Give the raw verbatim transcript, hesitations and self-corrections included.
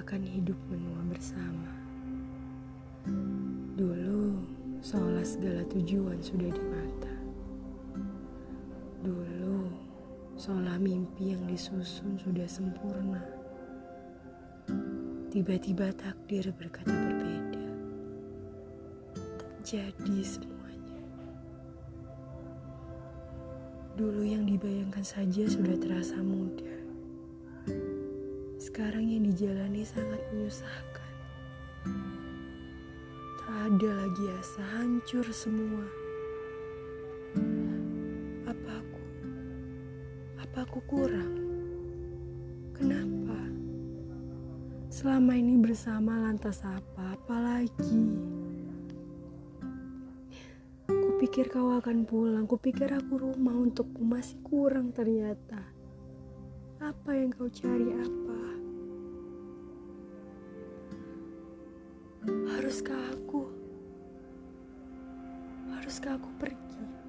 seakan hidup menua bersama. Dulu, seolah segala tujuan sudah di mata. Dulu, seolah mimpi yang disusun sudah sempurna. Tiba-tiba takdir berkata berbeda. Tak jadi semuanya. Dulu yang dibayangkan saja sudah terasa mudah. Sekarang yang dijalani sangat menyusahkan. Tak ada lagi asa, hancur semua. Apa aku? Apa aku kurang? Kenapa? Selama ini bersama lantas apa? Apalagi? Kupikir kau akan pulang, kupikir aku rumah untukku masih kurang ternyata. Apa yang kau cari apa? Haruskah aku? Haruskah aku pergi?